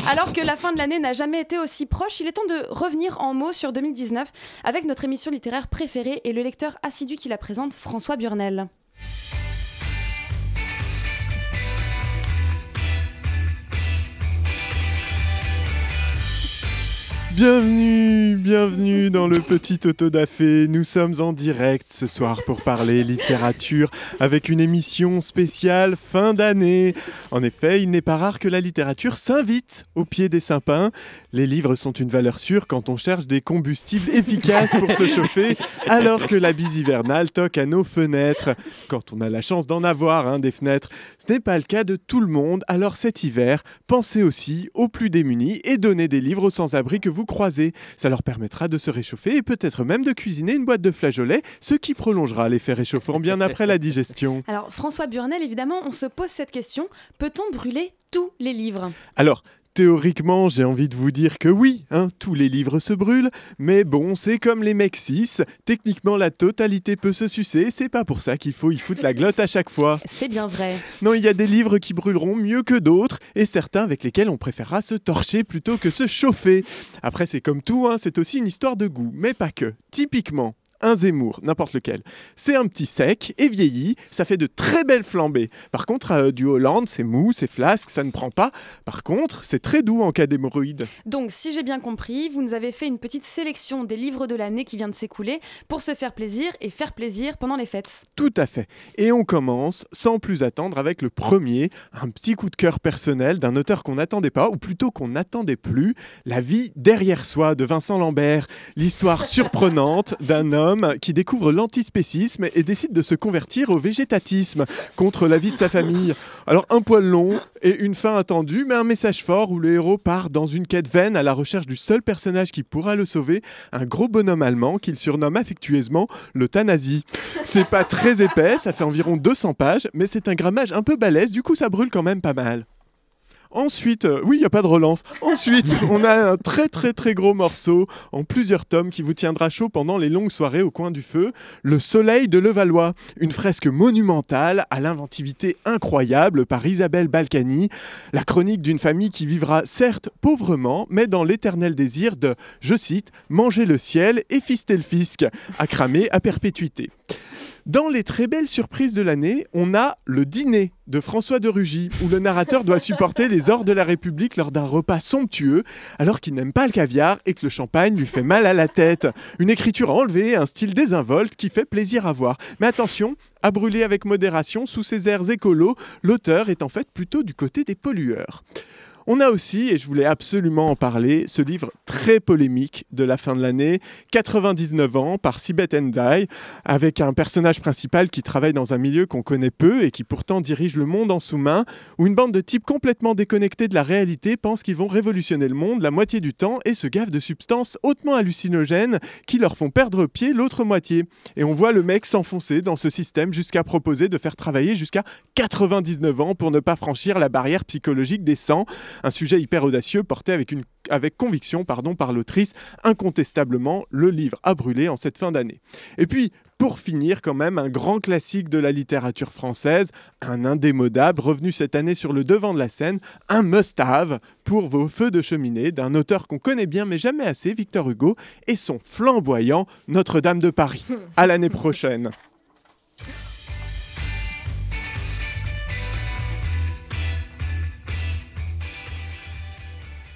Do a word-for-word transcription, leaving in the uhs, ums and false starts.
Alors que la fin de l'année n'a jamais été aussi proche, il est temps de revenir en mots sur deux mille dix-neuf avec notre émission littéraire préférée et le lecteur assidu qui la présente, François Burnel. Bienvenue, bienvenue dans le petit auto-da-fé. Nous sommes en direct ce soir pour parler littérature avec une émission spéciale fin d'année. En effet, il n'est pas rare que la littérature s'invite au pied des sapins. Les livres sont une valeur sûre quand on cherche des combustibles efficaces pour se chauffer, alors que la bise hivernale toque à nos fenêtres. Quand on a la chance d'en avoir, hein, des fenêtres. Ce n'est pas le cas de tout le monde, alors cet hiver, pensez aussi aux plus démunis et donnez des livres aux sans-abri que vous croisez. Ça leur permettra de se réchauffer et peut-être même de cuisiner une boîte de flageolets, ce qui prolongera l'effet réchauffant bien après la digestion. Alors François Burnel, évidemment, on se pose cette question, peut-on brûler tous les livres ? Alors, théoriquement, j'ai envie de vous dire que oui, hein, tous les livres se brûlent, mais bon, c'est comme les mecs cis, techniquement la totalité peut se sucer, c'est pas pour ça qu'il faut y foutre la glotte à chaque fois. C'est bien vrai. Non, il y a des livres qui brûleront mieux que d'autres, et certains avec lesquels on préférera se torcher plutôt que se chauffer. Après, c'est comme tout, hein, c'est aussi une histoire de goût, mais pas que. Typiquement, un Zemmour, n'importe lequel. C'est un petit sec et vieilli, ça fait de très belles flambées. Par contre, euh, du Hollande, c'est mou, c'est flasque, ça ne prend pas. Par contre, c'est très doux en cas d'hémorroïdes. Donc, si j'ai bien compris, vous nous avez fait une petite sélection des livres de l'année qui vient de s'écouler pour se faire plaisir et faire plaisir pendant les fêtes. Tout à fait. Et on commence, sans plus attendre, avec le premier, un petit coup de cœur personnel d'un auteur qu'on n'attendait pas, ou plutôt qu'on n'attendait plus, La vie derrière soi de Vincent Lambert. L'histoire surprenante d'un homme qui découvre l'antispécisme et décide de se convertir au végétatisme contre l'avis de sa famille. Alors un poil long et une fin attendue, mais un message fort où le héros part dans une quête vaine à la recherche du seul personnage qui pourra le sauver, un gros bonhomme allemand qu'il surnomme affectueusement l'euthanasie. C'est pas très épais, ça fait environ deux cents pages, mais c'est un grammage un peu balèze, du coup ça brûle quand même pas mal. Ensuite, euh, oui, il n'y a pas de relance. Ensuite, on a un très très très gros morceau en plusieurs tomes qui vous tiendra chaud pendant les longues soirées au coin du feu. Le Soleil de Levallois, une fresque monumentale à l'inventivité incroyable par Isabelle Balkany. La chronique d'une famille qui vivra certes pauvrement, mais dans l'éternel désir de, je cite, manger le ciel et fister le fisc, à cramer à perpétuité. Dans les très belles surprises de l'année, on a Le Dîner de François de Rugy, où le narrateur doit supporter les ors de la République lors d'un repas somptueux, alors qu'il n'aime pas le caviar et que le champagne lui fait mal à la tête. Une écriture enlevée, un style désinvolte qui fait plaisir à voir. Mais attention, à brûler avec modération, sous ses airs écolos, l'auteur est en fait plutôt du côté des pollueurs. On a aussi, et je voulais absolument en parler, ce livre très polémique de la fin de l'année, quatre-vingt-dix-neuf ans, par Sibeth Ndiaye, avec un personnage principal qui travaille dans un milieu qu'on connaît peu et qui pourtant dirige le monde en sous-main, où une bande de types complètement déconnectés de la réalité pensent qu'ils vont révolutionner le monde la moitié du temps et se gavent de substances hautement hallucinogènes qui leur font perdre pied l'autre moitié. Et on voit le mec s'enfoncer dans ce système jusqu'à proposer de faire travailler jusqu'à quatre-vingt-dix-neuf ans pour ne pas franchir la barrière psychologique des cent. Un sujet hyper audacieux porté avec, une, avec conviction pardon, par l'autrice, incontestablement le livre à brûler en cette fin d'année. Et puis, pour finir, quand même, un grand classique de la littérature française, un indémodable revenu cette année sur le devant de la scène, un must-have pour vos feux de cheminée d'un auteur qu'on connaît bien mais jamais assez, Victor Hugo, et son flamboyant Notre-Dame de Paris. À l'année prochaine.